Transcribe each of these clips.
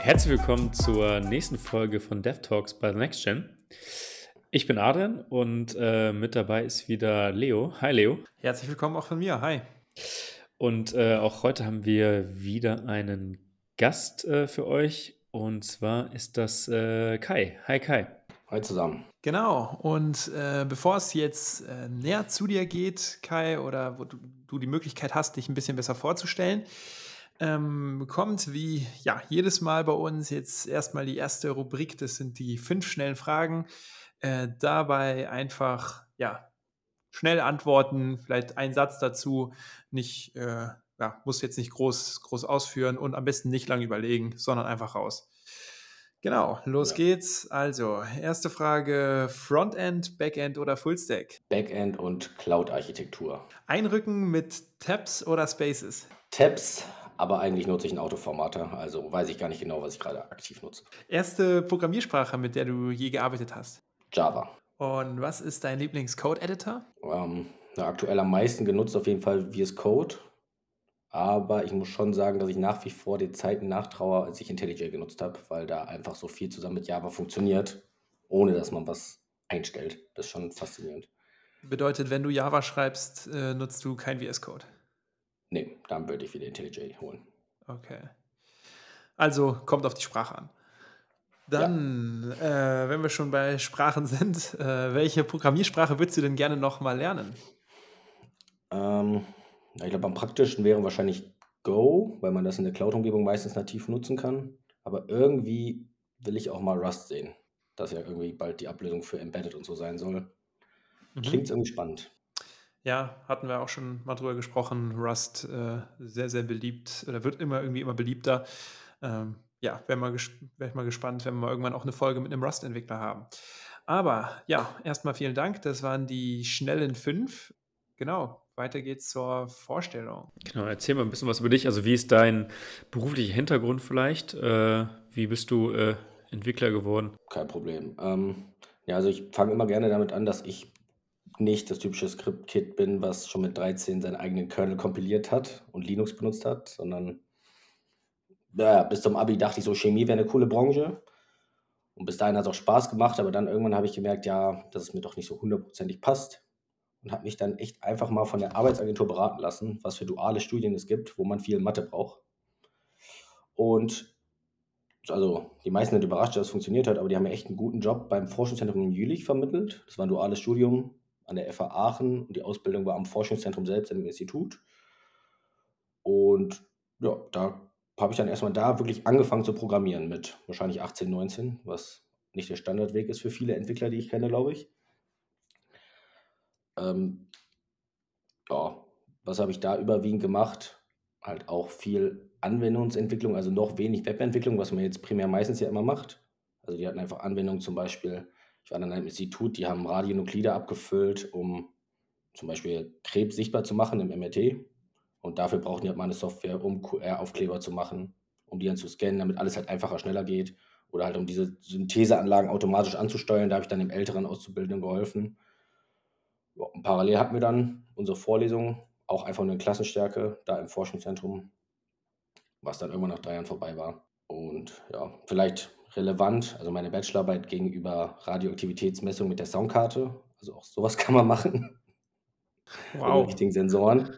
Herzlich willkommen zur nächsten Folge von DevTalks bei The Next Gen. Ich bin Adrian und mit dabei ist wieder Leo. Hi Leo. Herzlich willkommen auch von mir. Hi. Und auch heute haben wir wieder einen Gast für euch. Und zwar ist das Kai. Hi Kai. Hi zusammen. Genau. Und bevor es jetzt näher zu dir geht, Kai, oder wo du die Möglichkeit hast, dich ein bisschen besser vorzustellen, kommt wie ja, jedes Mal bei uns jetzt erstmal die erste Rubrik. Das sind die 5 schnellen Fragen. Dabei einfach ja, schnell antworten, vielleicht einen Satz dazu, nicht, ja, muss jetzt nicht groß ausführen und am besten nicht lange überlegen, sondern einfach raus. Genau, los Ja. geht's. Also, erste Frage: Frontend, Backend oder Fullstack? Backend und Cloud-Architektur. Einrücken mit Tabs oder Spaces? Tabs, aber eigentlich nutze ich einen Autoformater, also weiß ich gar nicht genau, was ich gerade aktiv nutze. Erste Programmiersprache, mit der du je gearbeitet hast? Java. Und was ist dein Lieblings-Code-Editor? Aktuell am meisten genutzt auf jeden Fall VS Code, aber ich muss schon sagen, dass ich nach wie vor den Zeiten nachtraue, als ich IntelliJ genutzt habe, weil da einfach so viel zusammen mit Java funktioniert, ohne dass man was einstellt. Das ist schon faszinierend. Bedeutet, wenn du Java schreibst, nutzt du kein VS Code? Nee, dann würde ich wieder IntelliJ holen. Okay. Also, kommt auf die Sprache an. Ja. Dann, wenn wir schon bei Sprachen sind, welche Programmiersprache würdest du denn gerne noch mal lernen? Ich glaube, am praktischsten wäre wahrscheinlich Go, weil man das in der Cloud-Umgebung meistens nativ nutzen kann. Aber irgendwie will ich auch mal Rust sehen, das ja irgendwie bald die Ablösung für Embedded und so sein soll. Klingt irgendwie spannend. Ja, hatten wir auch schon mal drüber gesprochen. Rust, sehr, sehr beliebt oder wird irgendwie immer beliebter. Ja, wäre ich mal gespannt, wenn wir mal irgendwann auch eine Folge mit einem Rust-Entwickler haben. Aber ja, erstmal vielen Dank. Das waren die schnellen 5. Genau, weiter geht's zur Vorstellung. Genau, erzähl mal ein bisschen was über dich. Also wie ist dein beruflicher Hintergrund vielleicht? Wie bist du Entwickler geworden? Kein Problem. Ja, also ich fange immer gerne damit an, dass ich nicht das typische Script-Kid bin, was schon mit 13 seinen eigenen Kernel kompiliert hat und Linux benutzt hat, sondern ja, bis zum Abi dachte ich so, Chemie wäre eine coole Branche. Und bis dahin hat es auch Spaß gemacht, aber dann irgendwann habe ich gemerkt, ja, dass es mir doch nicht so hundertprozentig passt und habe mich dann echt einfach mal von der Arbeitsagentur beraten lassen, was für duale Studien es gibt, wo man viel Mathe braucht. Und also die meisten sind überrascht, dass es funktioniert hat, aber die haben mir echt einen guten Job beim Forschungszentrum in Jülich vermittelt. Das war ein duales Studium an der FH Aachen und die Ausbildung war am Forschungszentrum selbst im Institut. Und ja, da habe ich dann erstmal da wirklich angefangen zu programmieren mit wahrscheinlich 18, 19, was nicht der Standardweg ist für viele Entwickler, die ich kenne, glaube ich. Ähm, ja, was habe ich da überwiegend gemacht? Halt auch viel Anwendungsentwicklung, also noch wenig Webentwicklung, was man jetzt primär meistens ja immer macht. Also die hatten einfach Anwendungen, zum Beispiel, ich war dann in einem Institut, die haben Radionuklide abgefüllt, um zum Beispiel Krebs sichtbar zu machen im MRT. Und dafür brauchten die halt mal eine Software, um QR-Aufkleber zu machen, um die dann zu scannen, damit alles halt einfacher, schneller geht. Oder halt um diese Syntheseanlagen automatisch anzusteuern. Da habe ich dann dem älteren Auszubildenden geholfen. Ja, und parallel hatten wir dann unsere Vorlesungen, auch einfach nur in Klassenstärke, da im Forschungszentrum, was dann irgendwann nach 3 Jahren vorbei war. Und ja, vielleicht relevant, also meine Bachelorarbeit ging über Radioaktivitätsmessung mit der Soundkarte. Also auch sowas kann man machen mit den Wow. richtigen Sensoren.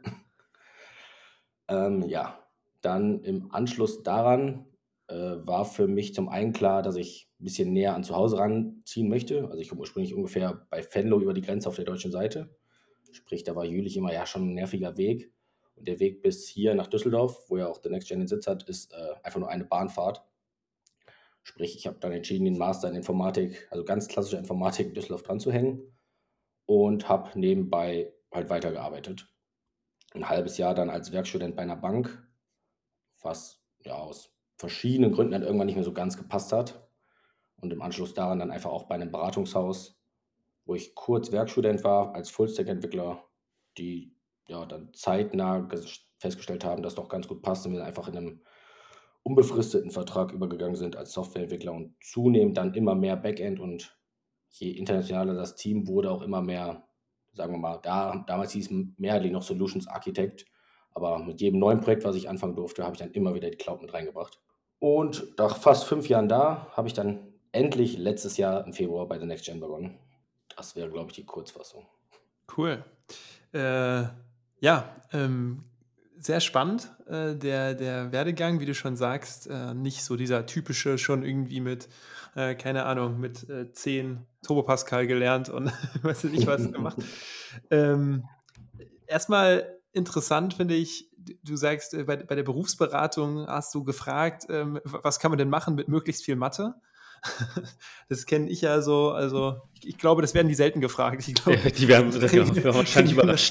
Ja, dann im Anschluss daran war für mich zum einen klar, dass ich ein bisschen näher an zu Hause ranziehen möchte. Also ich komme ursprünglich ungefähr bei Venlo über die Grenze auf der deutschen Seite. Sprich, da war Jülich immer ja schon ein nerviger Weg. Und der Weg bis hier nach Düsseldorf, wo ja auch der Next Gen den Sitz hat, ist einfach nur eine Bahnfahrt. Sprich, ich habe dann entschieden, den Master in Informatik, also ganz klassische Informatik in Düsseldorf dran zu hängen und habe nebenbei halt weitergearbeitet. Ein halbes Jahr dann als Werkstudent bei einer Bank, was ja aus verschiedenen Gründen dann irgendwann nicht mehr so ganz gepasst hat. Und im Anschluss daran dann einfach auch bei einem Beratungshaus, wo ich kurz Werkstudent war als Full-Stack-Entwickler, die ja dann zeitnah festgestellt haben, dass doch ganz gut passt und wir einfach in einem unbefristeten Vertrag übergegangen sind als Softwareentwickler und zunehmend dann immer mehr Backend und je internationaler das Team wurde, auch immer mehr, sagen wir mal, damals hieß es mehrheitlich noch Solutions Architect, aber mit jedem neuen Projekt, was ich anfangen durfte, habe ich dann immer wieder die Cloud mit reingebracht. Und nach fast 5 Jahren da habe ich dann endlich letztes Jahr im Februar bei der Next Gen begonnen. Das wäre, glaube ich, die Kurzfassung. Cool. Ja, sehr spannend, der Werdegang, wie du schon sagst, nicht so dieser typische, schon irgendwie mit, keine Ahnung, mit 10 Turbo Pascal gelernt und weiß nicht was gemacht. Ähm, erst interessant finde ich, du sagst, bei der Berufsberatung hast du gefragt, was kann man denn machen mit möglichst viel Mathe? Das kenne ich ja so, also ich glaube, das werden die selten gefragt. Ich glaube, Die werden wahrscheinlich überrascht.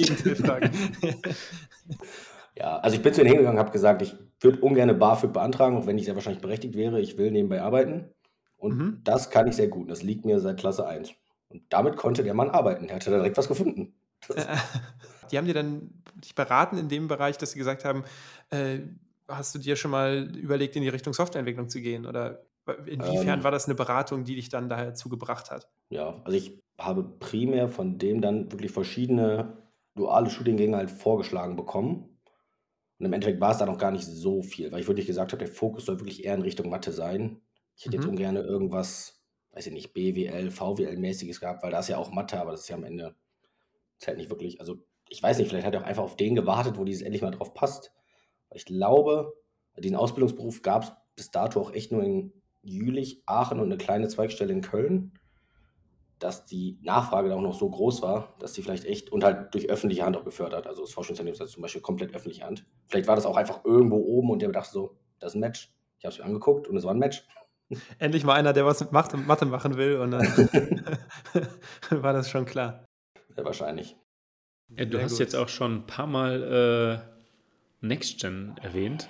Ja, also ich bin zu denen hingegangen, habe gesagt, ich würde ungern BAföG beantragen, auch wenn ich sehr wahrscheinlich berechtigt wäre. Ich will nebenbei arbeiten und das kann ich sehr gut. Das liegt mir seit Klasse 1. Und damit konnte der Mann arbeiten. Er hatte da direkt was gefunden. Die haben dir dann dich beraten in dem Bereich, dass sie gesagt haben, hast du dir schon mal überlegt, in die Richtung Softwareentwicklung zu gehen? Oder inwiefern war das eine Beratung, die dich dann dazu gebracht hat? Ja, also ich habe primär von dem dann wirklich verschiedene duale Studiengänge halt vorgeschlagen bekommen. Und im Endeffekt war es da noch gar nicht so viel, weil ich wirklich gesagt habe, der Fokus soll wirklich eher in Richtung Mathe sein. Ich hätte jetzt ungern irgendwas, weiß ich nicht, BWL, VWL-mäßiges gehabt, weil da ist ja auch Mathe, aber das ist ja am Ende halt nicht wirklich. Also ich weiß nicht, vielleicht hat er auch einfach auf den gewartet, wo dieses endlich mal drauf passt. Weil ich glaube, diesen Ausbildungsberuf gab es bis dato auch echt nur in Jülich, Aachen und eine kleine Zweigstelle in Köln, dass die Nachfrage da auch noch so groß war, dass die vielleicht echt und halt durch öffentliche Hand auch gefördert. Also das Forschungsunternehmen ist halt zum Beispiel komplett öffentliche Hand. Vielleicht war das auch einfach irgendwo oben und der dachte so, das ist ein Match. Ich habe es mir angeguckt und es war ein Match. Endlich mal einer, der was mit Mathe machen will und dann war das schon klar. Sehr wahrscheinlich. Du Sehr hast gut. jetzt auch schon ein paar Mal Next-Gen erwähnt.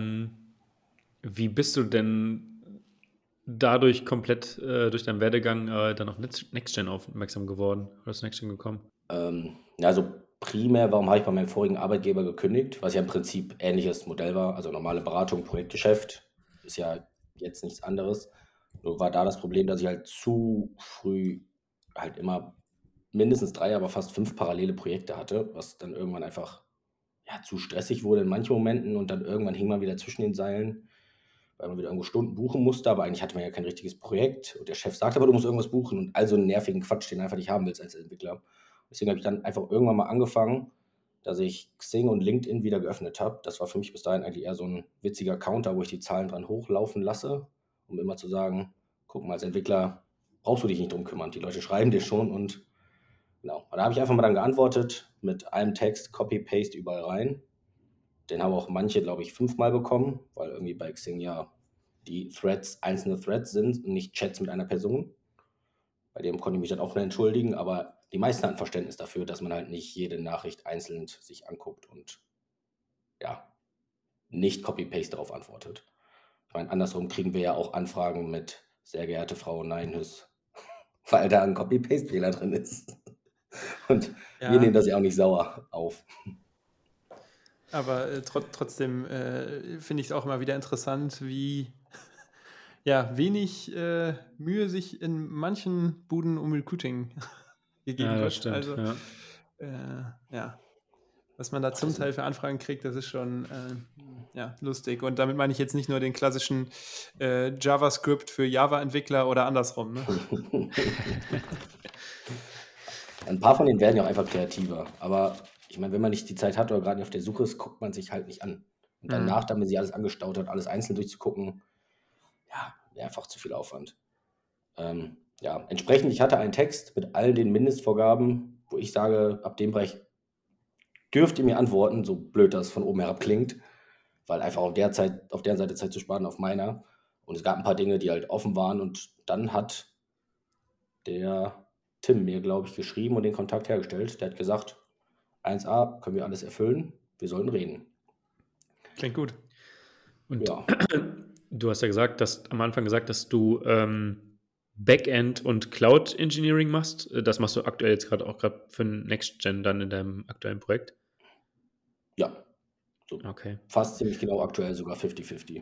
Wie bist du denn dadurch komplett durch deinen Werdegang dann auf Next-Gen aufmerksam geworden? Oder ist Next-Gen gekommen? Ja, also primär, warum habe ich bei meinem vorigen Arbeitgeber gekündigt, was ja im Prinzip ähnliches Modell war, also normale Beratung, Projektgeschäft, ist ja jetzt nichts anderes. Nur war da das Problem, dass ich halt zu früh halt immer mindestens 3, aber fast 5 parallele Projekte hatte, was dann irgendwann einfach ja, zu stressig wurde in manchen Momenten und dann irgendwann hing man wieder zwischen den Seilen, weil man wieder irgendwo Stunden buchen musste, aber eigentlich hatte man ja kein richtiges Projekt und der Chef sagt aber, du musst irgendwas buchen und all so einen nervigen Quatsch, den du einfach nicht haben willst als Entwickler. Deswegen habe ich dann einfach irgendwann mal angefangen, dass ich Xing und LinkedIn wieder geöffnet habe. Das war für mich bis dahin eigentlich eher so ein witziger Counter, wo ich die Zahlen dran hochlaufen lasse, um immer zu sagen, guck mal, als Entwickler brauchst du dich nicht drum kümmern. Die Leute schreiben dir schon und genau. Und da habe ich einfach mal dann geantwortet mit einem Text, Copy-Paste überall rein. Den haben auch manche, glaube ich, 5-mal bekommen, weil irgendwie bei Xing ja die Threads einzelne Threads sind und nicht Chats mit einer Person. Bei dem konnte ich mich dann auch nur entschuldigen, aber die meisten hatten Verständnis dafür, dass man halt nicht jede Nachricht einzeln sich anguckt und ja, nicht Copy-Paste darauf antwortet. Ich meine, andersrum kriegen wir ja auch Anfragen mit sehr geehrte Frau Neinhüss, weil da ein Copy-Paste-Fehler drin ist. Und wir Ja, nehmen das ja auch nicht sauer auf. aber trotzdem finde ich es auch immer wieder interessant, wie ja, wenig Mühe sich in manchen Buden um Recruiting gegeben Ja, das wird. stimmt. Also, ja, was man da zum das- Teil für Anfragen kriegt, das ist schon ja, lustig. Und damit meine ich jetzt nicht nur den klassischen JavaScript für Java-Entwickler oder andersrum. Ne? Ein paar von denen werden ja auch einfach kreativer. Aber ich meine, wenn man nicht die Zeit hat oder gerade nicht auf der Suche ist, guckt man sich halt nicht an. Und danach, dann, wenn sie alles angestaut hat, alles einzeln durchzugucken, ja, wäre einfach zu viel Aufwand. Ja, entsprechend, ich hatte einen Text mit all den Mindestvorgaben, wo ich sage, ab dem Bereich dürft ihr mir antworten, so blöd das von oben herab klingt, weil einfach auf deren Seite Zeit zu sparen, auf meiner. Und es gab ein paar Dinge, die halt offen waren und dann hat der Tim mir, glaube ich, geschrieben und den Kontakt hergestellt. Der hat gesagt, 1a, können wir alles erfüllen, wir sollen reden. Klingt gut. Und Ja, du hast ja am Anfang gesagt, dass du Backend und Cloud Engineering machst. Das machst du aktuell jetzt gerade für Next Gen dann in deinem aktuellen Projekt. ja, so Okay. fast ziemlich genau aktuell sogar 50-50.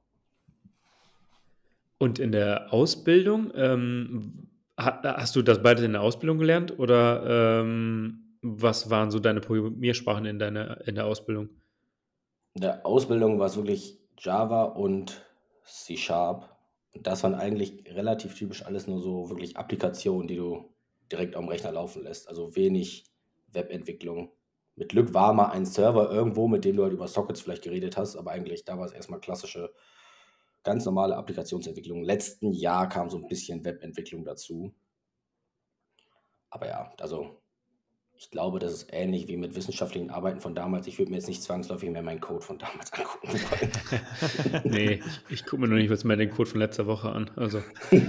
Und in der Ausbildung, hast du das beides in der Ausbildung gelernt oder was waren so deine Programmiersprachen in der Ausbildung? In der Ausbildung war es wirklich Java und C#. Und das waren eigentlich relativ typisch alles nur so wirklich Applikationen, die du direkt am Rechner laufen lässt. Also wenig Webentwicklung. Mit Glück war mal ein Server irgendwo, mit dem du halt über Sockets vielleicht geredet hast, aber eigentlich da war es erstmal klassische, ganz normale Applikationsentwicklung. Im letzten Jahr kam so ein bisschen Webentwicklung dazu. Aber ja, also ich glaube, das ist ähnlich wie mit wissenschaftlichen Arbeiten von damals. Ich würde mir jetzt nicht zwangsläufig mehr meinen Code von damals angucken wollen. Nee, ich gucke mir noch nicht was mehr den Code von letzter Woche an. Also.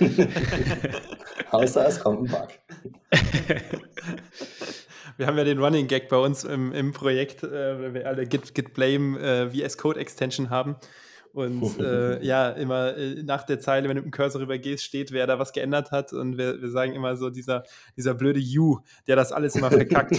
Außer es kommt ein Bug. Wir haben ja den Running Gag bei uns im Projekt, weil wir alle Git Blame VS Code Extension haben. Und ja, immer nach der Zeile, wenn du mit dem Cursor rübergehst, steht, wer da was geändert hat. Und wir sagen immer so, dieser blöde U, der das alles immer verkackt.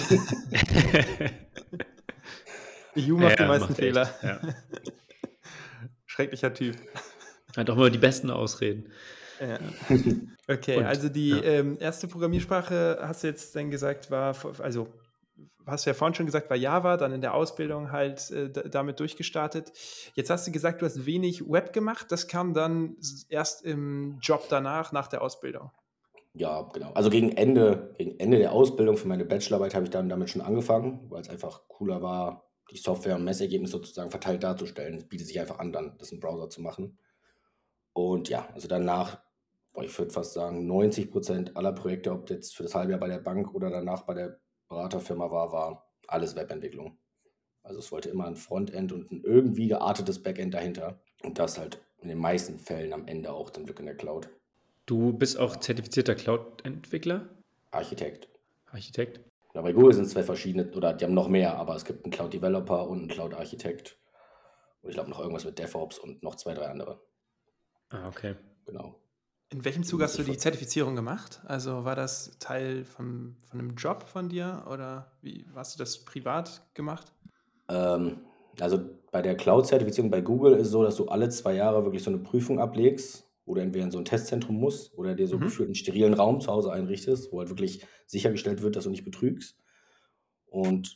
U macht die meisten macht Fehler. echt, ja. Schrecklicher Typ. Hat auch immer die besten Ausreden. Ja. Okay, Und, also die erste Programmiersprache, hast du jetzt dann gesagt, also hast du ja vorhin schon gesagt, war Java, dann in der Ausbildung halt damit durchgestartet. Jetzt hast du gesagt, du hast wenig Web gemacht, das kam dann erst im Job danach, nach der Ausbildung. Ja, genau. Also gegen Ende der Ausbildung für meine Bachelorarbeit habe ich dann damit schon angefangen, weil es einfach cooler war, die Software und Messergebnisse sozusagen verteilt darzustellen. Es bietet sich einfach an, dann das im Browser zu machen. Und ja, also danach, ich würde fast sagen, 90% aller Projekte, ob jetzt für das halbe Jahr bei der Bank oder danach bei der Beraterfirma war alles Webentwicklung. Also es wollte immer ein Frontend und ein irgendwie geartetes Backend dahinter. Und das halt in den meisten Fällen am Ende auch zum Glück in der Cloud. Du bist auch zertifizierter Cloud-Entwickler? Architekt. Ja, bei Google sind es 2 verschiedene, oder die haben noch mehr, aber es gibt einen Cloud-Developer und einen Cloud-Architekt. Und ich glaube noch irgendwas mit DevOps und noch 2, 3 andere. Ah, okay. Genau. In welchem Zug hast du die Zertifizierung gemacht? Also war das Teil von einem Job von dir oder wie hast du das privat gemacht? Also bei der Cloud-Zertifizierung bei Google ist es so, dass du alle 2 Jahre wirklich so eine Prüfung ablegst, wo du entweder in so ein Testzentrum musst oder dir so gefühlt einen sterilen Raum zu Hause einrichtest, wo halt wirklich sichergestellt wird, dass du nicht betrügst. Und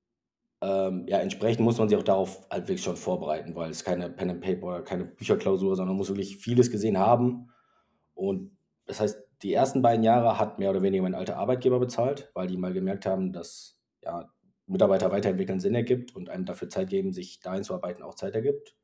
ja, entsprechend muss man sich auch darauf halt wirklich schon vorbereiten, weil es keine Pen and Paper oder keine Bücherklausur, sondern man muss wirklich vieles gesehen haben. Und das heißt, die ersten 2 Jahre hat mehr oder weniger mein alter Arbeitgeber bezahlt, weil die mal gemerkt haben, dass ja, Mitarbeiter weiterentwickeln Sinn ergibt und einem dafür Zeit geben, sich da einzuarbeiten, auch Zeit ergibt.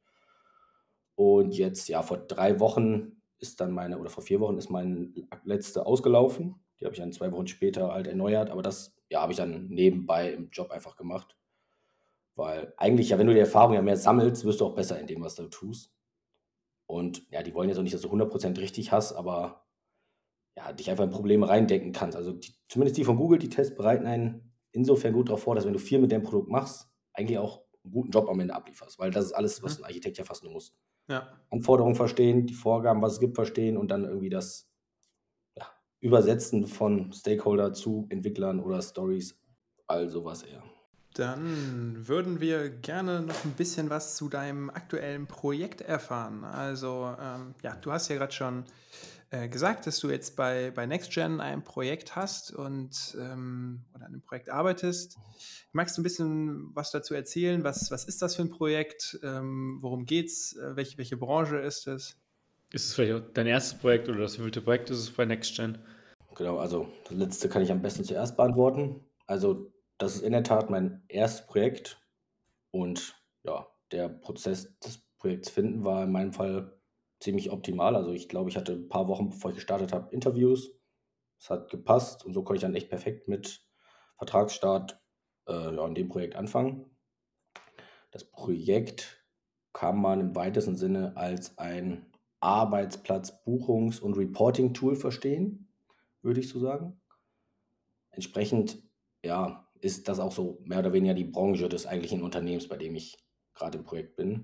Und jetzt, ja, vor 3 Wochen ist dann oder vor 4 Wochen ist meine letzte ausgelaufen. Die habe ich dann 2 Wochen später halt erneuert, aber das ja, habe ich dann nebenbei im Job einfach gemacht. Weil eigentlich, ja, wenn du die Erfahrung ja mehr sammelst, wirst du auch besser in dem, was du tust. Und ja, die wollen jetzt auch nicht, dass du 100% richtig hast, aber ja, dich einfach in Probleme reindenken kannst. Also zumindest die von Google, die Tests bereiten einen insofern gut darauf vor, dass wenn du viel mit dem Produkt machst, eigentlich auch einen guten Job am Ende ablieferst. Weil das ist alles, was ein Architekt ja fast nur muss. Ja. Anforderungen verstehen, die Vorgaben, was es gibt, verstehen und dann irgendwie das Übersetzen von Stakeholder zu Entwicklern oder Stories, all sowas eher. Dann würden wir gerne noch ein bisschen was zu deinem aktuellen Projekt erfahren. Also, ja, du hast ja gerade schon gesagt, dass du jetzt bei NextGen ein Projekt hast und oder an einem Projekt arbeitest. Magst du ein bisschen was dazu erzählen? Was ist das für ein Projekt? Worum geht's? Welche Branche ist es? Ist es vielleicht auch dein erstes Projekt oder das wievielte Projekt ist es bei NextGen? Genau, also das letzte kann ich am besten zuerst beantworten. Also das ist in der Tat mein erstes Projekt und ja, der Prozess des Projekts finden war in meinem Fall ziemlich optimal. Also ich glaube, ich hatte ein paar Wochen, bevor ich gestartet habe, Interviews. Es hat gepasst und so konnte ich dann echt perfekt mit Vertragsstart ja, in dem Projekt anfangen. Das Projekt kann man im weitesten Sinne als ein Arbeitsplatz-Buchungs- und Reporting-Tool verstehen, würde ich so sagen. Entsprechend, ja, ist das auch so mehr oder weniger die Branche des eigentlichen Unternehmens, bei dem ich gerade im Projekt bin.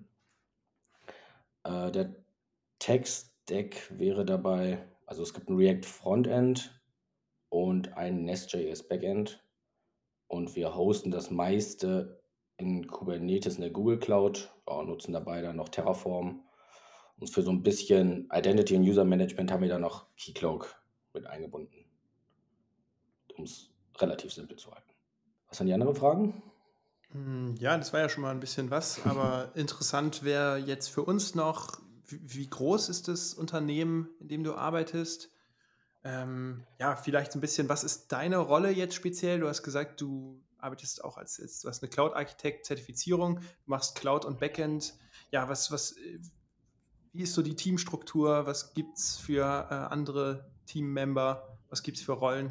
Der Tech-Stack wäre dabei, also es gibt ein React Frontend und ein Nest.js Backend und wir hosten das meiste in Kubernetes in der Google Cloud, nutzen dabei dann noch Terraform und für so ein bisschen Identity und User Management haben wir dann noch Keycloak mit eingebunden, um es relativ simpel zu halten. Was sind die anderen Fragen? Ja, das war ja schon mal ein bisschen was, aber interessant wäre jetzt für uns noch, wie groß ist das Unternehmen, in dem du arbeitest? Ja, vielleicht so ein bisschen, was ist deine Rolle jetzt speziell? Du hast gesagt, du arbeitest auch du hast eine Cloud-Architekt-Zertifizierung, du machst Cloud und Backend. Ja, wie ist so die Teamstruktur? Was gibt's für andere Teammember? Was gibt's für Rollen?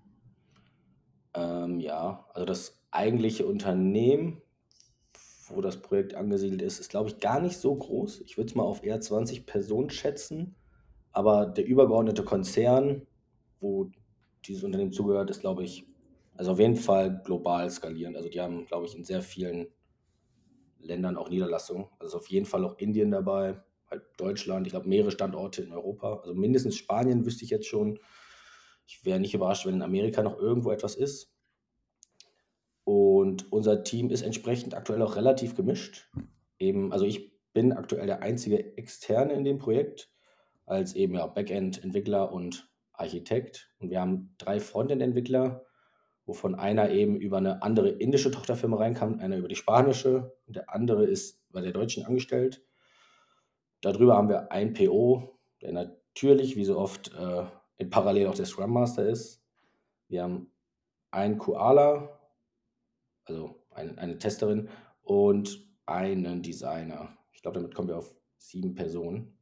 Ja, also das eigentliche Unternehmen, wo das Projekt angesiedelt ist, ist, glaube ich, gar nicht so groß. Ich würde es mal auf eher 20 Personen schätzen, aber der übergeordnete Konzern, wo dieses Unternehmen zugehört, ist, glaube ich, also auf jeden Fall global skalierend. Also die haben, glaube ich, in sehr vielen Ländern auch Niederlassungen. Also auf jeden Fall auch Indien dabei, halt Deutschland, ich glaube mehrere Standorte in Europa. Also mindestens Spanien wüsste ich jetzt schon. Ich wäre nicht überrascht, wenn in Amerika noch irgendwo etwas ist. Und unser Team ist entsprechend aktuell auch relativ gemischt. Eben, also ich bin aktuell der einzige Externe in dem Projekt, als eben ja Backend-Entwickler und Architekt. Und wir haben 3 Frontend-Entwickler, wovon einer eben über eine andere indische Tochterfirma reinkam, einer über die spanische und der andere ist bei der deutschen angestellt. Darüber haben wir einen PO, der natürlich, wie so oft, in parallel auch der Scrum Master ist. Wir haben einen Koala, also eine Testerin und einen Designer. Ich glaube, damit kommen wir auf 7 Personen.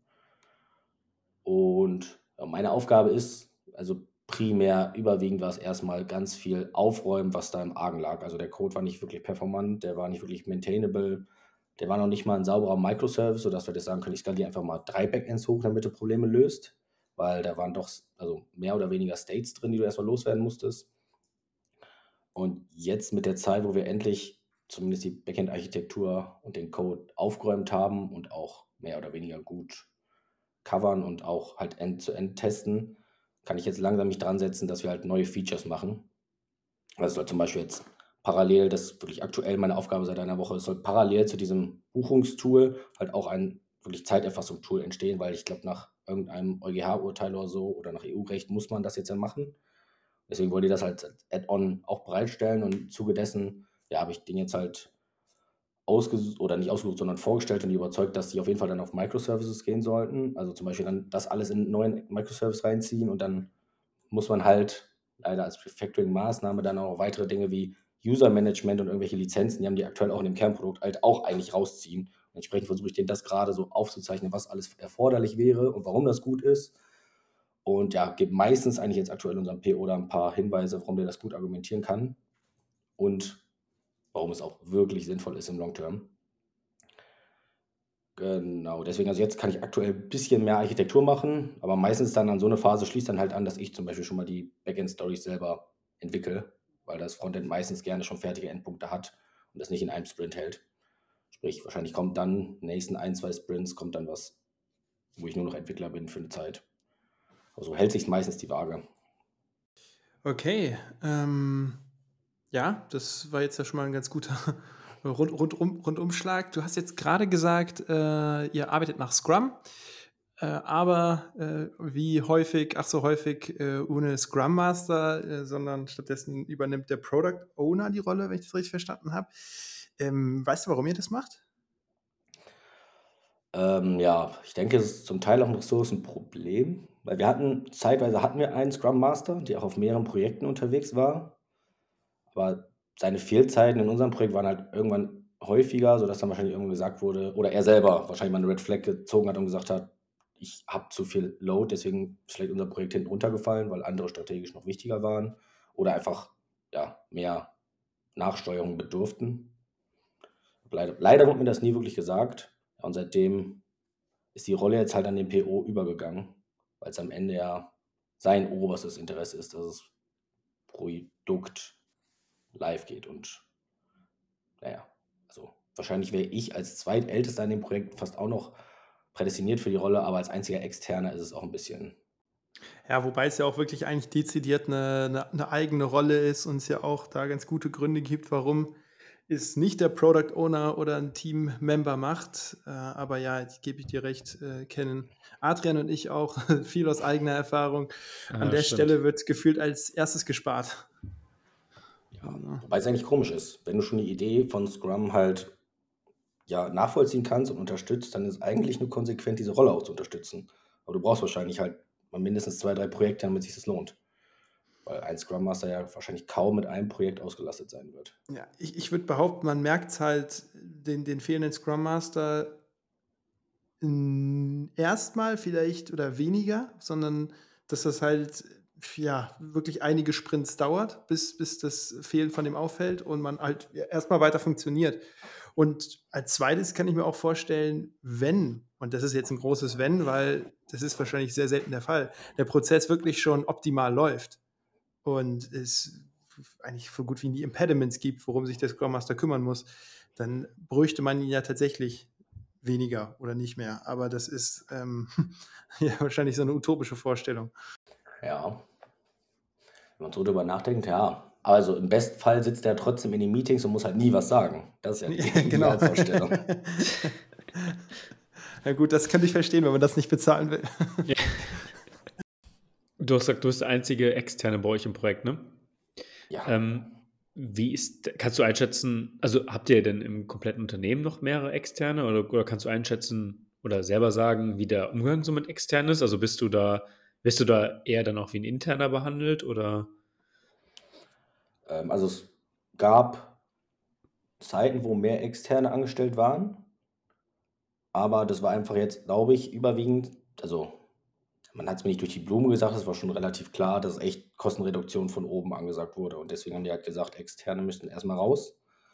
Und ja, meine Aufgabe ist, also primär überwiegend war es erstmal ganz viel aufräumen, was da im Argen lag. Also der Code war nicht wirklich performant, der war nicht wirklich maintainable, der war noch nicht mal ein sauberer Microservice, sodass wir das sagen können, ich skaliere einfach mal 3 Backends hoch, damit du Probleme löst, weil da waren doch also mehr oder weniger States drin, die du erstmal loswerden musstest. Und jetzt mit der Zeit, wo wir endlich zumindest die Backend-Architektur und den Code aufgeräumt haben und auch mehr oder weniger gut covern und auch halt End-to-End testen, kann ich jetzt langsam mich dran setzen, dass wir halt neue Features machen. Also es soll zum Beispiel jetzt parallel, das ist wirklich aktuell meine Aufgabe seit einer Woche, es soll parallel zu diesem Buchungstool halt auch ein wirklich Zeiterfassung-Tool entstehen, weil ich glaube, nach irgendeinem EuGH-Urteil oder so oder nach EU-Recht muss man das jetzt ja machen. Deswegen wollte ich das halt als Add-on auch bereitstellen und im Zuge dessen, ja, habe ich den jetzt halt ausgesucht oder nicht ausgesucht, sondern vorgestellt und die überzeugt, dass die auf jeden Fall dann auf Microservices gehen sollten. Also zum Beispiel dann das alles in einen neuen Microservice reinziehen und dann muss man halt leider als Refactoring-Maßnahme dann auch weitere Dinge wie User-Management und irgendwelche Lizenzen, die haben die aktuell auch in dem Kernprodukt halt auch eigentlich rausziehen. Und entsprechend versuche ich denen das gerade so aufzuzeichnen, was alles erforderlich wäre und warum das gut ist. Und ja, gebe meistens eigentlich jetzt aktuell unserem PO da ein paar Hinweise, warum der das gut argumentieren kann und warum es auch wirklich sinnvoll ist im Long Term. Genau, deswegen, also jetzt kann ich aktuell ein bisschen mehr Architektur machen, aber meistens dann an so eine Phase schließt dann halt an, dass ich zum Beispiel schon mal die Backend-Stories selber entwickle, weil das Frontend meistens gerne schon fertige Endpunkte hat und das nicht in einem Sprint hält. Sprich, wahrscheinlich kommt dann in den nächsten 1, 2 Sprints kommt dann was, wo ich nur noch Entwickler bin für eine Zeit. Also hält sich meistens die Waage. Okay, ja, das war jetzt ja schon mal ein ganz guter Rundumschlag. Du hast jetzt gerade gesagt, ihr arbeitet nach Scrum, aber wie häufig, ach so häufig, ohne Scrum Master, sondern stattdessen übernimmt der Product Owner die Rolle, wenn ich das richtig verstanden habe. Weißt du, warum ihr das macht? Ja, ich denke, es ist zum Teil auch ein Ressourcenproblem, weil zeitweise hatten wir einen Scrum Master, der auch auf mehreren Projekten unterwegs war, aber seine Fehlzeiten in unserem Projekt waren halt irgendwann häufiger, sodass dann wahrscheinlich irgendwann gesagt wurde oder er selber wahrscheinlich mal eine Red Flag gezogen hat und gesagt hat: „Ich habe zu viel Load, deswegen ist vielleicht unser Projekt hinten runtergefallen, weil andere strategisch noch wichtiger waren oder einfach, ja, mehr Nachsteuerung bedurften.“ Leider wurde mir das nie wirklich gesagt. Ja, und seitdem ist die Rolle jetzt halt an den PO übergegangen, weil es am Ende ja sein oberstes Interesse ist, dass das Produkt live geht. Und naja, also wahrscheinlich wäre ich als Zweitältester in dem Projekt fast auch noch prädestiniert für die Rolle, aber als einziger Externer ist es auch ein bisschen. Ja, wobei es ja auch wirklich eigentlich dezidiert eine eigene Rolle ist und es ja auch da ganz gute Gründe gibt, warum es nicht der Product Owner oder ein Teammember macht. Aber ja, jetzt gebe ich dir recht, kennen Adrian und ich auch viel aus eigener Erfahrung. An Ja, der stimmt. Stelle wird gefühlt als erstes gespart. Ja, Ja. wobei es eigentlich komisch ist, wenn du schon die Idee von Scrum halt ja nachvollziehen kannst und unterstützt, dann ist eigentlich nur konsequent, diese Rolle auch zu unterstützen. Aber du brauchst wahrscheinlich halt mal mindestens 2, 3 Projekte, damit sich das lohnt. Weil ein Scrum Master ja wahrscheinlich kaum mit einem Projekt ausgelastet sein wird. Ja, ich würde behaupten, man merkt es halt den fehlenden Scrum Master erstmal vielleicht oder weniger, sondern dass das halt ja wirklich einige Sprints dauert, bis das Fehlen von dem auffällt und man halt erstmal weiter funktioniert. Und als zweites kann ich mir auch vorstellen, wenn, und das ist jetzt ein großes Wenn, weil das ist wahrscheinlich sehr selten der Fall, der Prozess wirklich schon optimal läuft und es eigentlich so gut wie nie Impediments gibt, worum sich der Scrum Master kümmern muss, dann bräuchte man ihn ja tatsächlich weniger oder nicht mehr. Aber das ist ja wahrscheinlich so eine utopische Vorstellung. Ja, wenn man so drüber nachdenkt, ja. Also im besten Fall sitzt er trotzdem in den Meetings und muss halt nie was sagen. Das ist ja die Genau. Idealvorstellung. Ja gut, das könnte ich verstehen, wenn man das nicht bezahlen will. Du hast gesagt, du bist der einzige Externe bei euch im Projekt, ne? Ja. Kannst du einschätzen, also habt ihr denn im kompletten Unternehmen noch mehrere Externe oder kannst du einschätzen oder selber sagen, wie der Umgang so mit Externen ist? Also wirst du da eher dann auch wie ein Interner behandelt oder? Also es gab Zeiten, wo mehr Externe angestellt waren, aber das war einfach jetzt, glaube ich, überwiegend, also man hat es mir nicht durch die Blume gesagt, es war schon relativ klar, dass echt Kostenreduktion von oben angesagt wurde. Und deswegen haben die halt gesagt, Externe müssten erstmal raus.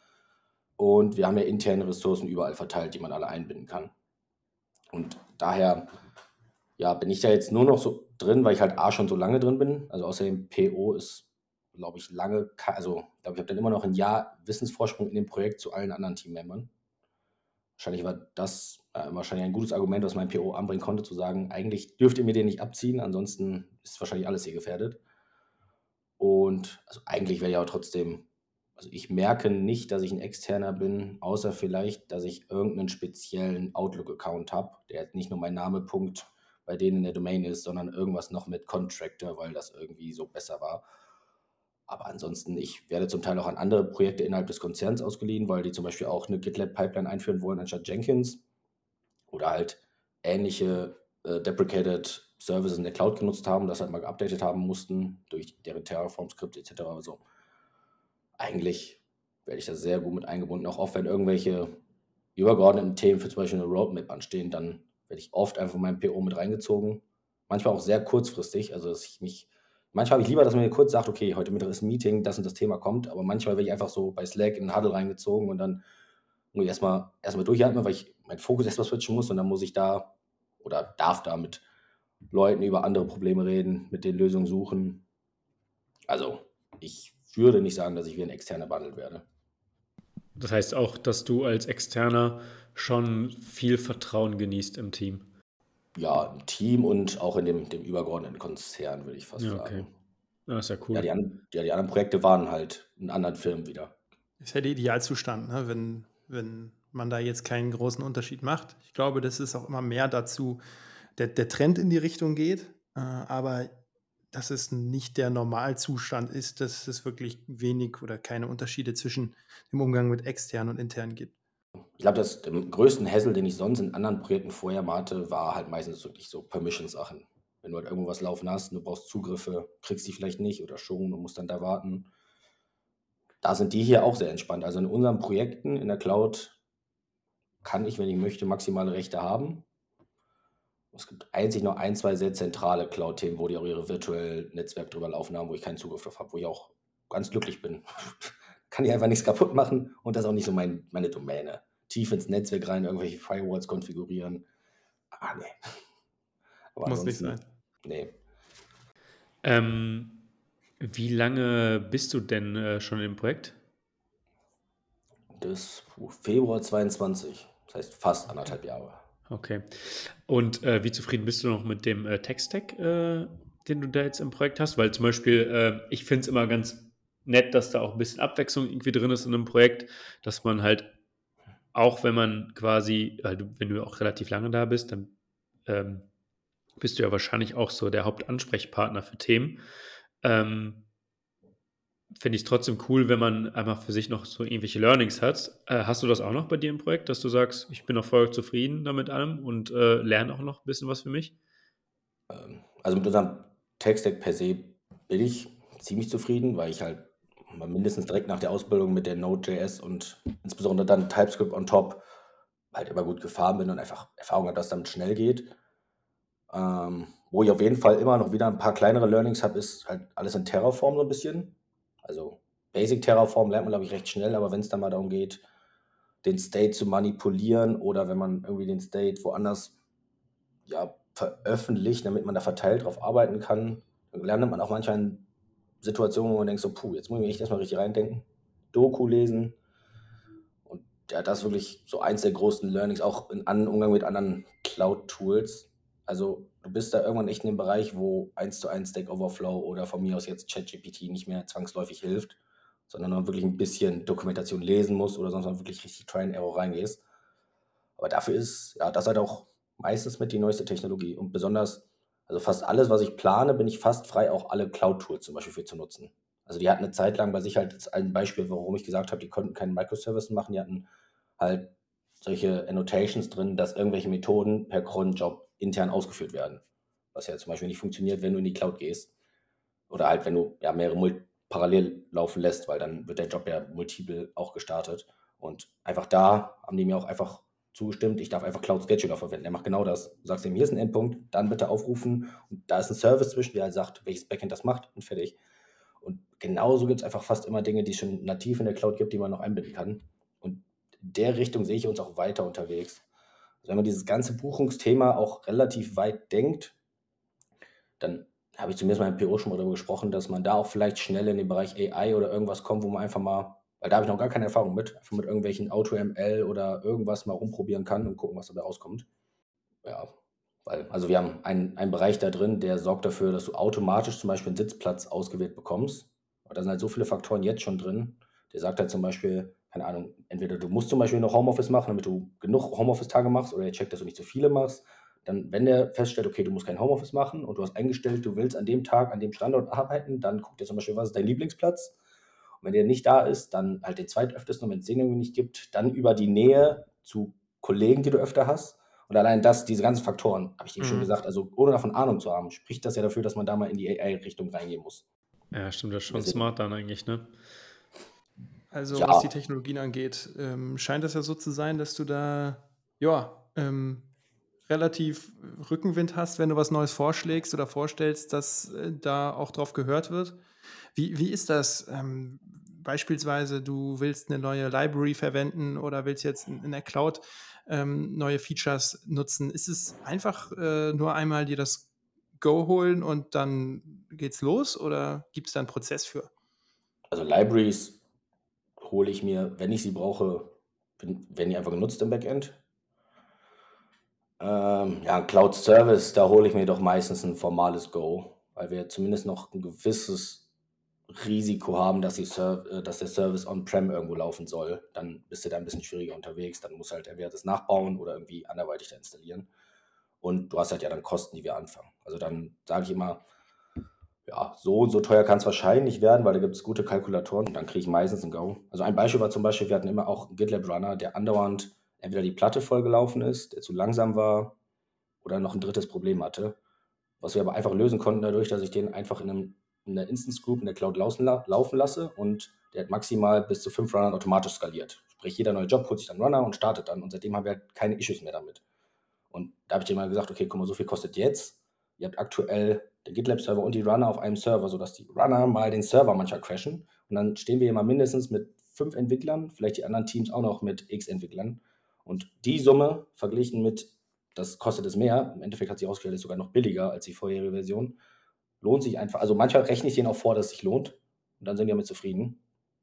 Und wir haben ja interne Ressourcen überall verteilt, die man alle einbinden kann. Und daher ja, bin ich da jetzt nur noch so drin, weil ich halt A schon so lange drin bin. Also außerdem PO ist, glaube ich, also ich glaube, ich habe dann immer noch ein Jahr Wissensvorsprung in dem Projekt zu allen anderen Teammembern. Wahrscheinlich war das wahrscheinlich ein gutes Argument, was mein PO anbringen konnte, zu sagen, eigentlich dürft ihr mir den nicht abziehen, ansonsten ist wahrscheinlich alles hier gefährdet. Und also eigentlich wäre ich aber trotzdem, also ich merke nicht, dass ich ein Externer bin, außer vielleicht, dass ich irgendeinen speziellen Outlook-Account habe, der jetzt nicht nur mein Name Punkt bei denen in der Domain ist, sondern irgendwas noch mit Contractor, weil das irgendwie so besser war. Aber ansonsten, ich werde zum Teil auch an andere Projekte innerhalb des Konzerns ausgeliehen, weil die zum Beispiel auch eine GitLab-Pipeline einführen wollen anstatt Jenkins oder halt ähnliche deprecated Services in der Cloud genutzt haben, das halt mal geupdatet haben mussten durch deren Terraform-Skript etc. Also eigentlich werde ich da sehr gut mit eingebunden, auch oft, wenn irgendwelche übergeordneten Themen für zum Beispiel eine Roadmap anstehen, dann werde ich oft einfach meinen PO mit reingezogen. Manchmal auch sehr kurzfristig, also manchmal habe ich lieber, dass man mir kurz sagt, okay, heute Mittag ist ein Meeting, das und das Thema kommt, aber manchmal werde ich einfach so bei Slack in den Huddle reingezogen und dann muss ich erstmal durchatmen, weil ich meinen Fokus erstmal switchen muss und dann muss ich da oder darf da mit Leuten über andere Probleme reden, mit den Lösungen suchen. Also ich würde nicht sagen, dass ich wie ein Externer behandelt werde. Das heißt auch, dass du als Externer schon viel Vertrauen genießt im Team. Ja, im Team und auch in dem übergeordneten Konzern, würde ich fast Ja, okay. sagen. Ja, ist ja cool. Ja, die anderen Projekte waren halt in anderen Firmen wieder. Ist ja der Idealzustand, ne? Wenn man da jetzt keinen großen Unterschied macht. Ich glaube, das ist auch immer mehr dazu, der Trend in die Richtung geht, aber dass es nicht der Normalzustand ist, dass es wirklich wenig oder keine Unterschiede zwischen dem Umgang mit extern und intern gibt. Ich glaube, den größten Hassel, den ich sonst in anderen Projekten vorher mal hatte, war halt meistens wirklich so Permission-Sachen. Wenn du halt irgendwo was laufen hast und du brauchst Zugriffe, kriegst die vielleicht nicht oder schon und musst dann da warten. Da sind die hier auch sehr entspannt. Also in unseren Projekten in der Cloud kann ich, wenn ich möchte, maximale Rechte haben. Es gibt einzig noch ein, zwei sehr zentrale Cloud-Themen, wo die auch ihre virtuellen Netzwerke drüber laufen haben, wo ich keinen Zugriff drauf habe, wo ich auch ganz glücklich bin. Kann ich einfach nichts kaputt machen und das ist auch nicht so meine Domäne. Tief ins Netzwerk rein, irgendwelche Firewalls konfigurieren. Nee. Aber Muss nicht ansonsten, sein. nee. Wie lange bist du denn schon im Projekt? Das Februar 22. Das heißt fast 1,5 Jahre. Okay. Und wie zufrieden bist du noch mit dem Tech-Stack, den du da jetzt im Projekt hast? Weil zum Beispiel, ich finde es immer ganz nett, dass da auch ein bisschen Abwechslung irgendwie drin ist in einem Projekt, dass man halt, auch wenn man quasi, wenn du auch relativ lange da bist, dann bist du ja wahrscheinlich auch so der Hauptansprechpartner für Themen. finde ich es trotzdem cool, wenn man einfach für sich noch so irgendwelche Learnings hat. Hast du das auch noch bei dir im Projekt, dass du sagst, ich bin noch voll zufrieden damit allem und lerne auch noch ein bisschen was für mich? Also mit unserem Tech-Stack per se bin ich ziemlich zufrieden, weil ich halt mal mindestens direkt nach der Ausbildung mit der Node.js und insbesondere dann TypeScript on top halt immer gut gefahren bin und einfach Erfahrung habe, dass damit schnell geht. Wo ich auf jeden Fall immer noch wieder ein paar kleinere Learnings habe, ist halt alles in Terraform so ein bisschen. Also Basic Terraform lernt man, glaube ich, recht schnell, aber wenn es dann mal darum geht, den State zu manipulieren oder wenn man irgendwie den State woanders veröffentlicht, damit man da verteilt drauf arbeiten kann, dann lernt man auch manchmal in Situationen, wo man denkt so: „Puh, jetzt muss ich mich echt erst mal richtig reindenken, Doku lesen.“ Und ja, das ist wirklich so eins der großen Learnings, auch in Umgang mit anderen Cloud-Tools. Also, du bist da irgendwann echt in dem Bereich, wo 1:1 Stack Overflow oder von mir aus jetzt ChatGPT nicht mehr zwangsläufig hilft, sondern man wirklich ein bisschen Dokumentation lesen muss oder sonst mal wirklich richtig Try and Error reingehst. Aber dafür ist das halt auch meistens mit die neueste Technologie und besonders also fast alles, was ich plane, bin ich fast frei, auch alle Cloud-Tools zum Beispiel für zu nutzen. Also, die hatten eine Zeit lang bei sich halt jetzt ein Beispiel, warum ich gesagt habe, die konnten keine Microservices machen. Die hatten halt solche Annotations drin, dass irgendwelche Methoden per Cronjob intern ausgeführt werden, was ja zum Beispiel nicht funktioniert, wenn du in die Cloud gehst oder halt, wenn du, mehrere parallel laufen lässt, weil dann wird der Job ja multiple auch gestartet. Und einfach da haben die mir auch einfach zugestimmt, ich darf einfach Cloud Scheduler verwenden. Der macht genau das. Du sagst ihm, hier ist ein Endpunkt, dann bitte aufrufen und da ist ein Service zwischen, der halt sagt, welches Backend das macht und fertig. Und genauso gibt es einfach fast immer Dinge, die es schon nativ in der Cloud gibt, die man noch einbinden kann. Und in der Richtung sehe ich uns auch weiter unterwegs. Also wenn man dieses ganze Buchungsthema auch relativ weit denkt, dann habe ich zumindest mal im PO schon mal darüber gesprochen, dass man da auch vielleicht schnell in den Bereich AI oder irgendwas kommt, wo man einfach mal, weil da habe ich noch gar keine Erfahrung mit, einfach mit irgendwelchen AutoML oder irgendwas mal rumprobieren kann und gucken, was dabei rauskommt. Ja, weil, also wir haben einen Bereich da drin, der sorgt dafür, dass du automatisch zum Beispiel einen Sitzplatz ausgewählt bekommst. Aber da sind halt so viele Faktoren jetzt schon drin. Der sagt halt zum Beispiel, keine Ahnung, entweder du musst zum Beispiel noch Homeoffice machen, damit du genug Homeoffice-Tage machst, oder er checkt, dass du nicht zu viele machst. Dann, wenn der feststellt, okay, du musst kein Homeoffice machen und du hast eingestellt, du willst an dem Tag, an dem Standort arbeiten, dann guckt er zum Beispiel, was ist dein Lieblingsplatz? Und wenn der nicht da ist, dann halt den zweitöftesten, und wenn es den irgendwie nicht gibt, dann über die Nähe zu Kollegen, die du öfter hast. Und allein das, diese ganzen Faktoren, habe ich dir schon gesagt, also ohne davon Ahnung zu haben, spricht das ja dafür, dass man da mal in die AI-Richtung reingehen muss. Ja, stimmt, das ist schon Wir sind- smart dann eigentlich, ne? Also, Ja. was die Technologien angeht, scheint es ja so zu sein, dass du da, relativ Rückenwind hast, wenn du was Neues vorschlägst oder vorstellst, dass da auch drauf gehört wird. Wie ist das? Beispielsweise, du willst eine neue Library verwenden oder willst jetzt in der Cloud neue Features nutzen. Ist es einfach nur einmal dir das Go holen und dann geht's los oder gibt es da einen Prozess für? Also Libraries hole ich mir, wenn ich sie brauche, werden die einfach genutzt im Backend. Cloud Service, da hole ich mir doch meistens ein formales Go, weil wir zumindest noch ein gewisses Risiko haben, dass dass der Service on-prem irgendwo laufen soll. Dann bist du da ein bisschen schwieriger unterwegs. Dann musst du halt entweder das nachbauen oder irgendwie anderweitig da installieren. Und du hast halt ja dann Kosten, die wir anfangen. Also dann sage ich immer, ja, so und so teuer kann es wahrscheinlich werden, weil da gibt es gute Kalkulatoren und dann kriege ich meistens ein Go. Also ein Beispiel war zum Beispiel, wir hatten immer auch einen GitLab-Runner, der andauernd entweder die Platte vollgelaufen ist, der zu langsam war oder noch ein drittes Problem hatte, was wir aber einfach lösen konnten dadurch, dass ich den einfach in einer Instance Group in der Cloud laufen lasse und der hat maximal bis zu 5 Runnern automatisch skaliert. Sprich, jeder neue Job holt sich dann einen Runner und startet dann und seitdem haben wir halt keine Issues mehr damit. Und da habe ich dir mal gesagt, okay, guck mal, so viel kostet jetzt. Ihr habt aktuell den GitLab-Server und die Runner auf einem Server, sodass die Runner mal den Server manchmal crashen. Und dann stehen wir hier mal mindestens mit 5 Entwicklern, vielleicht die anderen Teams auch noch mit x Entwicklern. Und die Summe verglichen mit, das kostet es mehr, im Endeffekt hat sich herausgestellt, ist sogar noch billiger als die vorherige Version, lohnt sich einfach. Also manchmal rechne ich denen auch vor, dass es sich lohnt. Und dann sind die damit zufrieden.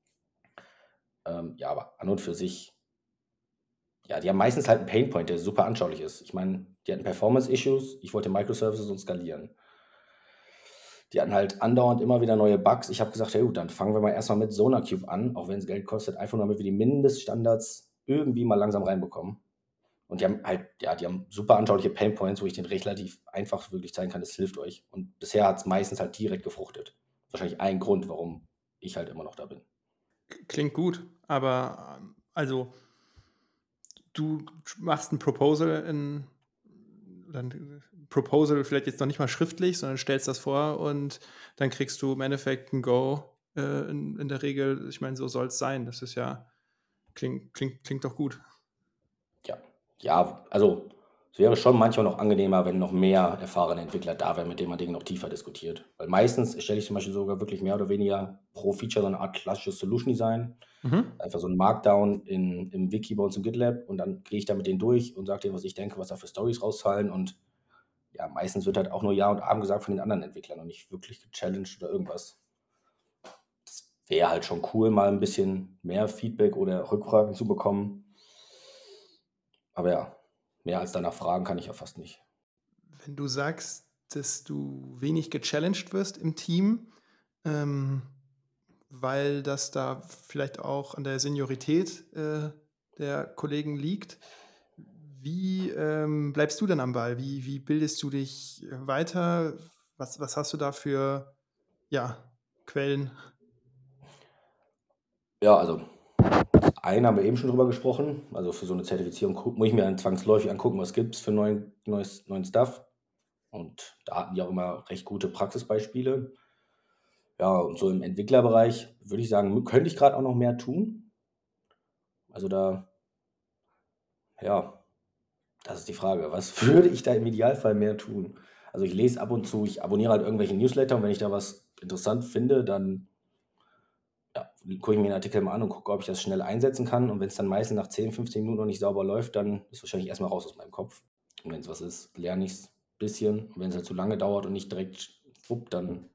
Aber an und für sich, ja, die haben meistens halt einen Painpoint, der super anschaulich ist. Ich meine, die hatten Performance-Issues, ich wollte Microservices und skalieren. Die hatten halt andauernd immer wieder neue Bugs. Ich habe gesagt, ja gut, dann fangen wir mal erstmal mit SonarCube an, auch wenn es Geld kostet, einfach nur damit wir die Mindeststandards irgendwie mal langsam reinbekommen. Und die haben halt, die haben super anschauliche Painpoints, wo ich den relativ einfach wirklich zeigen kann, das hilft euch. Und bisher hat es meistens halt direkt gefruchtet. Wahrscheinlich ein Grund, warum ich halt immer noch da bin. Klingt gut, aber also du machst ein Proposal vielleicht jetzt noch nicht mal schriftlich, sondern stellst das vor und dann kriegst du im Endeffekt ein Go in der Regel. Ich meine, so soll es sein. Das ist ja, klingt doch gut. Ja, also es wäre schon manchmal noch angenehmer, wenn noch mehr erfahrene Entwickler da wären, mit denen man Dinge noch tiefer diskutiert. Weil meistens stelle ich zum Beispiel sogar wirklich mehr oder weniger pro Feature so eine Art klassisches Solution Design. Einfach so ein Markdown im Wiki bei uns im GitLab und dann gehe ich da mit denen durch und sage denen, was ich denke, was da für Stories rausfallen. Und ja, meistens wird halt auch nur Ja und Amen gesagt von den anderen Entwicklern und nicht wirklich gechallenged oder irgendwas. Das wäre halt schon cool, mal ein bisschen mehr Feedback oder Rückfragen zu bekommen. Aber ja, mehr als danach fragen kann ich ja fast nicht. Wenn du sagst, dass du wenig gechallenged wirst im Team, weil das da vielleicht auch an der Seniorität der Kollegen liegt, wie bleibst du denn am Ball? Wie bildest du dich weiter? Was hast du da für Quellen? Ja, also einen haben wir eben schon drüber gesprochen. Also für so eine Zertifizierung muss ich mir dann zwangsläufig angucken, was gibt es für neuen Stuff. Und da hatten die auch immer recht gute Praxisbeispiele. Ja, und so im Entwicklerbereich würde ich sagen, könnte ich gerade auch noch mehr tun. Also ja, das ist die Frage. Was würde ich da im Idealfall mehr tun? Also ich lese ab und zu, ich abonniere halt irgendwelche Newsletter und wenn ich da was interessant finde, dann gucke ich mir den Artikel mal an und gucke, ob ich das schnell einsetzen kann. Und wenn es dann meistens nach 10, 15 Minuten noch nicht sauber läuft, dann ist es wahrscheinlich erstmal raus aus meinem Kopf. Und wenn es was ist, lerne ich es ein bisschen. Und wenn es halt zu lange dauert und nicht direkt wupp, dann.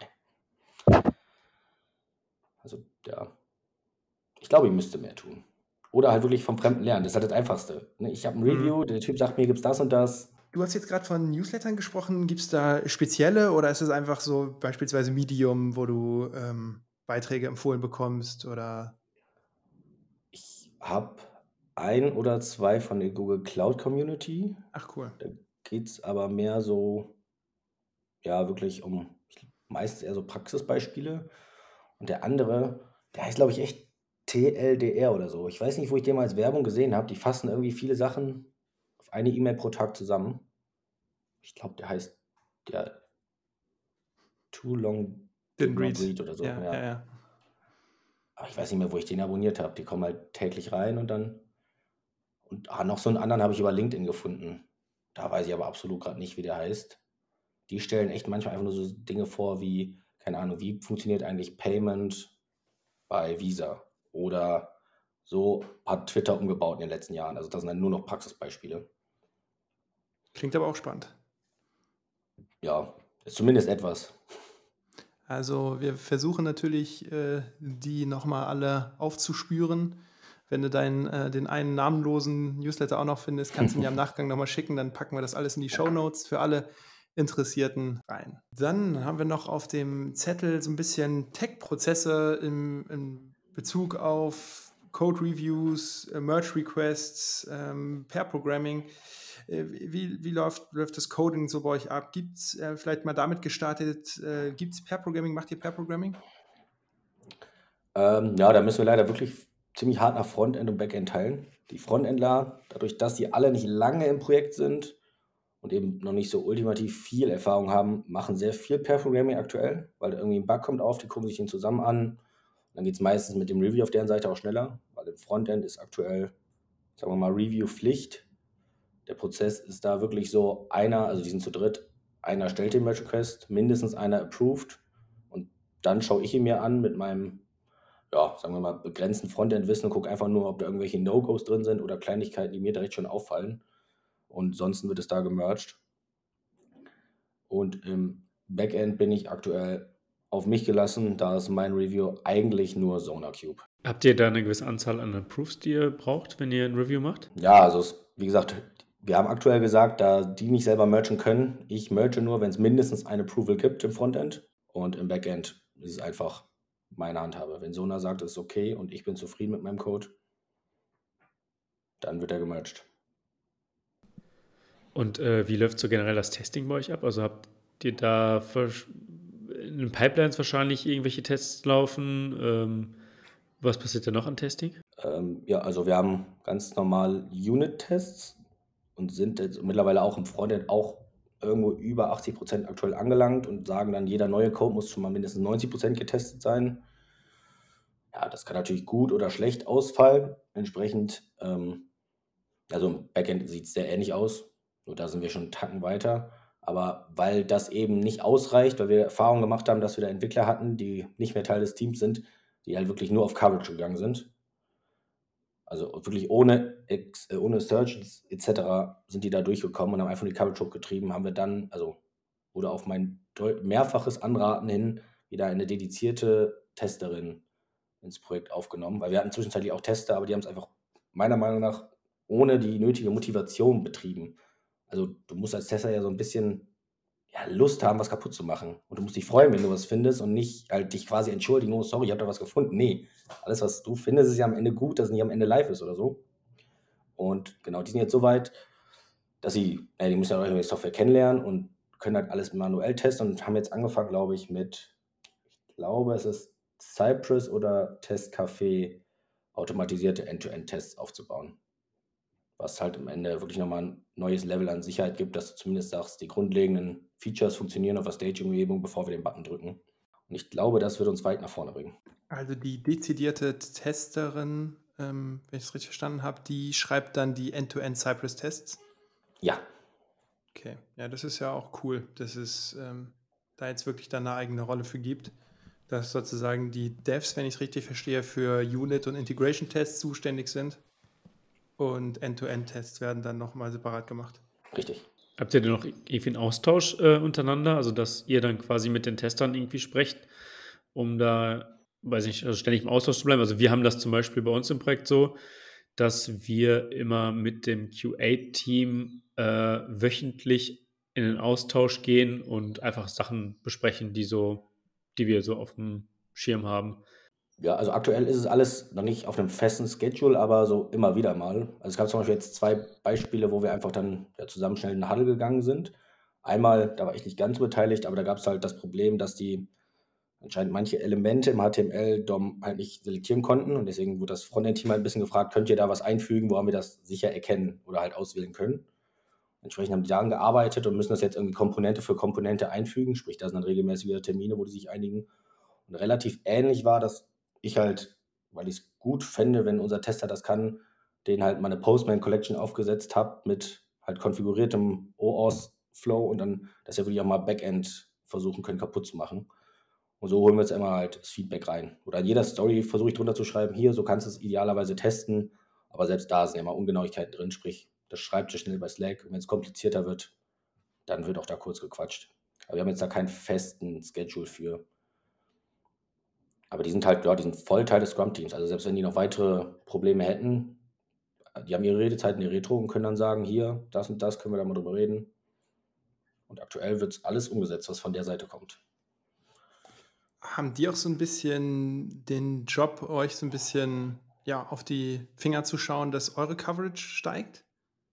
Also, ja. Ich glaube, ich müsste mehr tun. Oder halt wirklich vom Fremden lernen. Das ist halt das Einfachste. Ne? Ich habe ein Review, der Typ sagt mir, gibt es das und das. Du hast jetzt gerade von Newslettern gesprochen. Gibt es da spezielle oder ist es einfach so beispielsweise Medium, wo du Beiträge empfohlen bekommst oder? Ich habe ein oder zwei von der Google Cloud Community. Ach cool. Da geht es aber mehr so, ja, wirklich um meistens eher so Praxisbeispiele. Und der andere, der heißt, glaube ich, echt TLDR oder so. Ich weiß nicht, wo ich den mal als Werbung gesehen habe. Die fassen irgendwie viele Sachen auf eine E-Mail pro Tag zusammen. Ich glaube, der heißt der Too Long Did Not Read oder so. Ja. Aber ich weiß nicht mehr, wo ich den abonniert habe. Die kommen halt täglich rein und dann. Und noch so einen anderen habe ich über LinkedIn gefunden. Da weiß ich aber absolut gerade nicht, wie der heißt. Die stellen echt manchmal einfach nur so Dinge vor wie, keine Ahnung, wie funktioniert eigentlich Payment bei Visa? Oder so hat Twitter umgebaut in den letzten Jahren. Also das sind dann nur noch Praxisbeispiele. Klingt aber auch spannend. Ja, ist zumindest etwas. Also wir versuchen natürlich, die nochmal alle aufzuspüren. Wenn du den einen namenlosen Newsletter auch noch findest, kannst du ihn ja im Nachgang nochmal schicken. Dann packen wir das alles in die Shownotes für alle Interessierten rein. Dann haben wir noch auf dem Zettel so ein bisschen Tech-Prozesse im Bezug auf Code-Reviews, Merge-Requests, Pair-Programming. Wie läuft das Coding so bei euch ab? Gibt es vielleicht mal damit gestartet? Gibt es Pair-Programming? Macht ihr Pair-Programming? Ja, da müssen wir leider wirklich ziemlich hart nach Frontend und Backend teilen. Die Frontendler, dadurch, dass sie alle nicht lange im Projekt sind und eben noch nicht so ultimativ viel Erfahrung haben, machen sehr viel Pair-Programming aktuell, weil da irgendwie ein Bug kommt auf, die gucken sich den zusammen an. Dann geht es meistens mit dem Review auf deren Seite auch schneller, weil im Frontend ist aktuell, sagen wir mal, Review-Pflicht. Der Prozess ist da wirklich so, also die sind zu dritt, einer stellt den Merge-Request, mindestens einer approved und dann schaue ich ihn mir an mit meinem, ja, sagen wir mal, begrenzten Frontend-Wissen und gucke einfach nur, ob da irgendwelche No-Gos drin sind oder Kleinigkeiten, die mir direkt schon auffallen. Und sonst wird es da gemerged. Und im Backend bin ich aktuell auf mich gelassen, da ist mein Review eigentlich nur SonarCube. Habt ihr da eine gewisse Anzahl an Proofs, die ihr braucht, wenn ihr ein Review macht? Ja, also wie gesagt, wir haben aktuell gesagt, da die nicht selber mergen können, ich merge nur, wenn es mindestens ein Approval gibt im Frontend und im Backend ist es einfach meine Handhabe. Wenn Sonar sagt, es ist okay und ich bin zufrieden mit meinem Code, dann wird er gemerged. Und wie läuft so generell das Testing bei euch ab? Also habt ihr da in in Pipelines wahrscheinlich irgendwelche Tests laufen. Was passiert da noch an Testing? Ja, also wir haben ganz normal Unit-Tests und sind jetzt mittlerweile auch im Frontend auch irgendwo über 80% aktuell angelangt und sagen dann, jeder neue Code muss schon mal mindestens 90% getestet sein. Ja, das kann natürlich gut oder schlecht ausfallen. Entsprechend, also im Backend sieht es sehr ähnlich aus. Nur da sind wir schon einen Tacken weiter. Aber weil das eben nicht ausreicht, weil wir Erfahrung gemacht haben, dass wir da Entwickler hatten, die nicht mehr Teil des Teams sind, die halt wirklich nur auf Coverage gegangen sind. Also wirklich ohne Searches etc. sind die da durchgekommen und haben einfach nur die Coverage hochgetrieben, haben wir dann, also wurde auf mein mehrfaches Anraten hin wieder eine dedizierte Testerin ins Projekt aufgenommen, weil wir hatten zwischenzeitlich auch Tester, aber die haben es einfach meiner Meinung nach ohne die nötige Motivation betrieben. Also du musst als Tester ja so ein bisschen Lust haben, was kaputt zu machen. Und du musst dich freuen, wenn du was findest und nicht halt dich quasi entschuldigen: „Oh, sorry, ich habe da was gefunden.“ Nee, alles, was du findest, ist ja am Ende gut, dass es nicht am Ende live ist oder so. Und genau, die sind jetzt so weit, dass die müssen ja auch irgendwie die Software kennenlernen und können halt alles manuell testen und haben jetzt angefangen, glaube ich, ich glaube, es ist Cypress oder Testcafé, automatisierte End-to-End-Tests aufzubauen. Was halt am Ende wirklich nochmal ein neues Level an Sicherheit gibt, dass du zumindest sagst, die grundlegenden Features funktionieren auf der Staging-Umgebung, bevor wir den Button drücken. Und ich glaube, das wird uns weit nach vorne bringen. Also die dezidierte Testerin, wenn ich es richtig verstanden habe, die schreibt dann die End-to-End Cypress-Tests. Ja, Okay, ja, das ist ja auch cool, dass es da jetzt wirklich dann eine eigene Rolle für gibt, dass sozusagen die Devs, wenn ich es richtig verstehe, für Unit- und Integration-Tests zuständig sind und End-to-End-Tests werden dann nochmal separat gemacht. richtig. Habt ihr denn noch irgendwie einen Austausch untereinander? Also, dass ihr dann quasi mit den Testern irgendwie sprecht, um da, weiß nicht, also ständig im Austausch zu bleiben? Also, wir haben das zum Beispiel bei uns im Projekt so, dass wir immer mit dem QA-Team wöchentlich in den Austausch gehen und einfach Sachen besprechen, die wir so auf dem Schirm haben. Ja, also aktuell ist es alles noch nicht auf einem festen Schedule, aber so immer wieder mal. Also es gab zum Beispiel jetzt 2 Beispiele, wo wir einfach dann zusammen schnell in 'n Huddle gegangen sind. Einmal, da war ich nicht ganz so beteiligt, aber da gab es halt das Problem, dass die anscheinend manche Elemente im HTML-DOM halt nicht selektieren konnten und deswegen wurde das Frontend-Team halt ein bisschen gefragt: „Könnt ihr da was einfügen, woran wir das sicher erkennen oder halt auswählen können?“ Entsprechend haben die daran gearbeitet und müssen das jetzt irgendwie Komponente für Komponente einfügen, sprich, da sind dann regelmäßig wieder Termine, wo die sich einigen. Und relativ ähnlich war, dass ich halt, weil ich es gut fände, wenn unser Tester das kann, den halt mal 'ne Postman-Collection aufgesetzt habe mit halt konfiguriertem OAuth-Flow und dann das ja wirklich auch mal Backend versuchen können, kaputt zu machen. Und so holen wir jetzt immer halt das Feedback rein. Oder in jeder Story versuche ich drunter zu schreiben: „Hier, so kannst du es idealerweise testen.“ Aber selbst da sind ja immer Ungenauigkeiten drin, sprich, das schreibt ihr schnell bei Slack und wenn's komplizierter wird, dann wird auch da kurz gequatscht. Aber wir haben jetzt da keinen festen Schedule für. Aber die sind halt die sind voll Teil des Scrum-Teams. Also, selbst wenn die noch weitere Probleme hätten, die haben ihre Redezeit in der Retro und können dann sagen: „Hier, das und das, können wir da mal drüber reden?“ Und aktuell wird alles umgesetzt, was von der Seite kommt. Haben die auch so ein bisschen den Job, euch so ein bisschen, ja, auf die Finger zu schauen, dass eure Coverage steigt?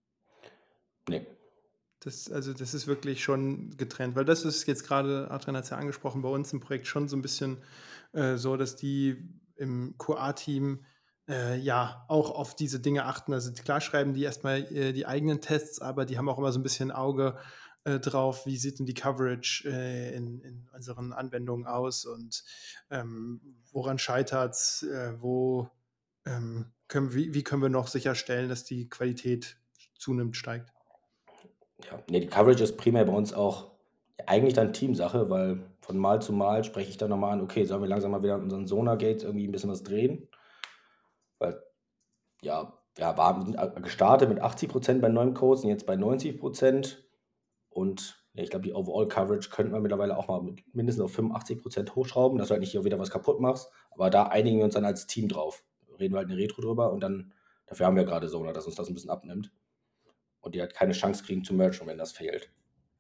Ne. Das ist wirklich schon getrennt, weil das ist jetzt gerade, Adrian hat es ja angesprochen, bei uns im Projekt schon so ein bisschen, so, dass die im QA-Team, ja, auch auf diese Dinge achten. Also, klar schreiben die erstmal die eigenen Tests, aber die haben auch immer so ein bisschen Auge, drauf, wie sieht denn die Coverage, in unseren Anwendungen aus und, woran scheitert's, wie können wir noch sicherstellen, dass die Qualität zunimmt, steigt? Ja, ne, die Coverage ist primär bei uns auch eigentlich dann Teamsache, weil von Mal zu Mal spreche ich dann noch mal an: „Okay, sollen wir langsam mal wieder an unseren Sonar-Gates irgendwie 'n bisschen was drehen?“ Weil, ja, wir waren gestartet mit 80% bei neuem Code, sind jetzt bei 90% und ja, ich glaube, die Overall Coverage könnten wir mittlerweile auch mal mit mindestens auf 85% hochschrauben, dass du halt nicht hier wieder was kaputt machst. Aber da einigen wir uns dann als Team drauf. Reden wir halt 'ne Retro drüber und dann dafür haben wir grade Sonar, dass uns das 'n bisschen abnimmt und die halt keine Chance kriegen zu mergen, wenn das fehlt.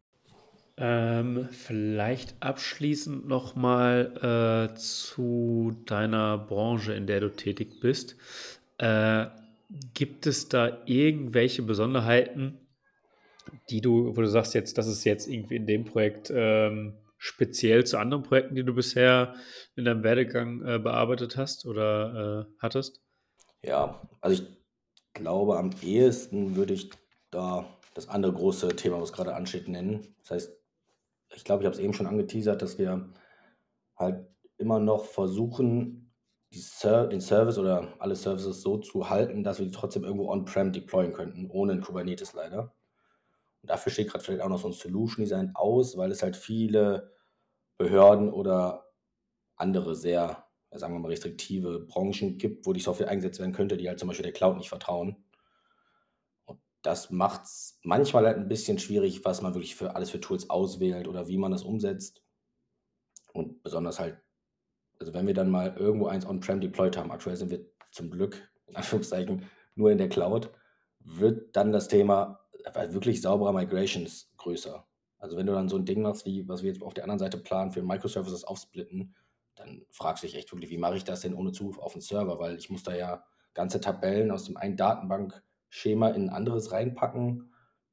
Vielleicht abschließend noch mal zu deiner Branche, in der du tätig bist. Äh, Gibt es da irgendwelche Besonderheiten, wo du sagst jetzt, das ist jetzt irgendwie in dem Projekt speziell zu anderen Projekten, die du bisher in deinem Werdegang bearbeitet hast oder hattest? Ja, also ich glaube, am ehesten würde ich da das andere große Thema, was gerade ansteht, nennen. Das heißt, ich glaube, ich habe es eben schon angeteasert, dass wir halt immer noch versuchen, den Service oder alle Services so zu halten, dass wir die trotzdem irgendwo on-prem deployen könnten, ohne ein Kubernetes leider. Und dafür steht gerade vielleicht auch noch so ein Solution Design aus, weil es halt viele Behörden oder andere sehr, sagen wir mal, restriktive Branchen gibt, wo die Software eingesetzt werden könnte, die halt zum Beispiel der Cloud nicht vertrauen. Und das macht es manchmal halt ein bisschen schwierig, was man wirklich alles für Tools auswählt oder wie man das umsetzt. Und besonders halt, also wenn wir dann mal irgendwo eins on-prem deployed haben, aktuell sind wir zum Glück, in Anführungszeichen, nur in der Cloud, wird dann das Thema wirklich sauberer Migrations größer. Also wenn du dann so ein Ding machst, wie was wir jetzt auf der anderen Seite planen, für Microservices aufsplitten, dann fragst du dich echt wirklich, wie mache ich das denn ohne Zugriff auf den Server? Weil ich muss da ja ganze Tabellen aus dem einen Datenbankschema in ein anderes reinpacken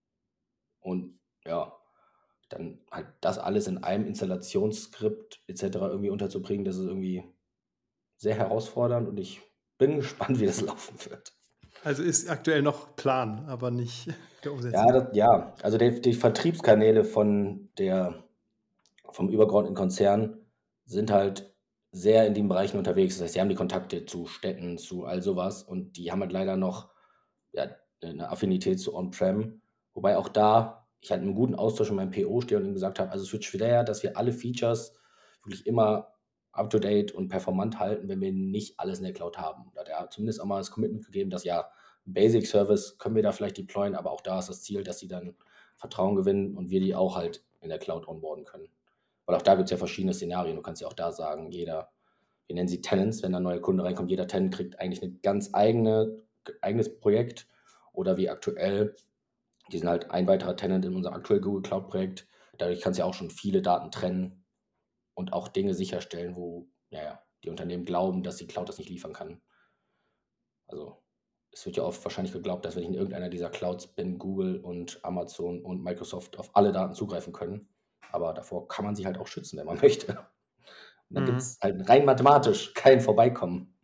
und ja, dann halt das alles in einem Installationsskript etc. irgendwie unterzubringen, das ist irgendwie sehr herausfordernd und ich bin gespannt, wie das laufen wird. Also ist aktuell noch Plan, aber nicht der Umsetzung. Ja, also die Vertriebskanäle vom übergeordneten Konzern sind halt sehr in den Bereichen unterwegs. Das heißt, sie haben die Kontakte zu Städten, zu all sowas und die haben halt leider noch eine Affinität zu On-Prem. Wobei auch da ich halt einen guten Austausch mit meinem PO stehe und ihm gesagt habe, also es wird schwer, dass wir alle Features wirklich immer up-to-date und performant halten, wenn wir nicht alles in der Cloud haben. Da hat er zumindest auch mal das Commitment gegeben, dass ja, Basic Service können wir da vielleicht deployen, aber auch da ist das Ziel, dass sie dann Vertrauen gewinnen und wir die auch halt in der Cloud onboarden können. Weil auch da gibt es ja verschiedene Szenarien. Du kannst ja auch da sagen, wir nennen sie Tenants, wenn da ein neuer Kunde reinkommt, jeder Tenant kriegt eigentlich ein ganz eigenes Projekt oder wie aktuell, die sind halt ein weiterer Tenant in unserem aktuellen Google Cloud Projekt. Dadurch kannst du ja auch schon viele Daten trennen und auch Dinge sicherstellen, wo die Unternehmen glauben, dass die Cloud das nicht liefern kann. Also es wird ja oft wahrscheinlich geglaubt, dass wenn ich in irgendeiner dieser Clouds bin, Google und Amazon und Microsoft auf alle Daten zugreifen können. Aber davor kann man sich halt auch schützen, wenn man möchte. Und dann gibt es halt rein mathematisch kein Vorbeikommen.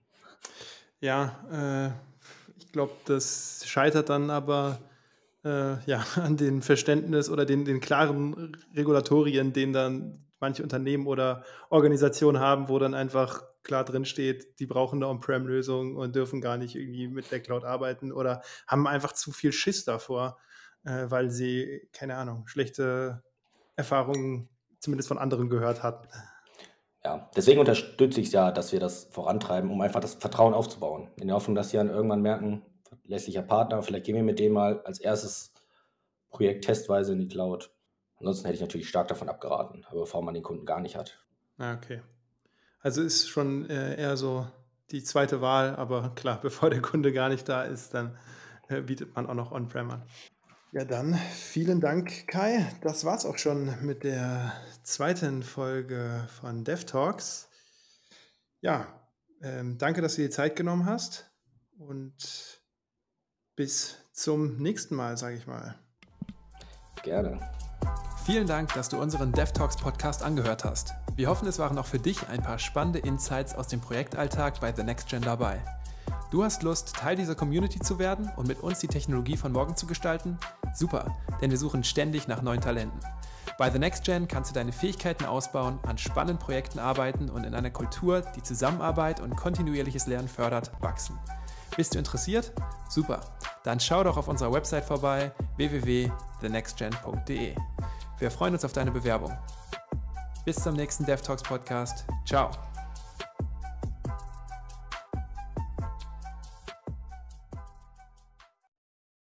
Ja, ich glaube, das scheitert dann aber an den Verständnis oder den klaren Regulatorien, den dann manche Unternehmen oder Organisationen haben, wo dann einfach klar drin steht, die brauchen eine On-Prem-Lösung und dürfen gar nicht irgendwie mit der Cloud arbeiten oder haben einfach zu viel Schiss davor, weil sie, keine Ahnung, schlechte Erfahrungen zumindest von anderen gehört hatten. Ja, deswegen unterstütze ich es ja, dass wir das vorantreiben, um einfach das Vertrauen aufzubauen. In der Hoffnung, dass sie dann irgendwann merken, verlässlicher Partner, vielleicht gehen wir mit dem mal als erstes Projekt testweise in die Cloud. Ansonsten hätte ich natürlich stark davon abgeraten, aber bevor man den Kunden gar nicht hat. Okay. Also ist schon eher so die zweite Wahl, aber klar, bevor der Kunde gar nicht da ist, dann bietet man auch noch On-Prem an. Ja, dann vielen Dank, Kai. Das war's auch schon mit der zweiten Folge von DevTalks. Ja, danke, dass du dir die Zeit genommen hast und bis zum nächsten Mal, sage ich mal. Gerne. Vielen Dank, dass du unseren DevTalks Podcast angehört hast. Wir hoffen, es waren auch für dich ein paar spannende Insights aus dem Projektalltag bei The Next Gen dabei. Du hast Lust, Teil dieser Community zu werden und mit uns die Technologie von morgen zu gestalten? Super, denn wir suchen ständig nach neuen Talenten. Bei The Next Gen kannst du deine Fähigkeiten ausbauen, an spannenden Projekten arbeiten und in einer Kultur, die Zusammenarbeit und kontinuierliches Lernen fördert, wachsen. Bist du interessiert? Super, dann schau doch auf unserer Website vorbei www.thenextgen.de. Wir freuen uns auf deine Bewerbung. Bis zum nächsten DevTalks Podcast. Ciao.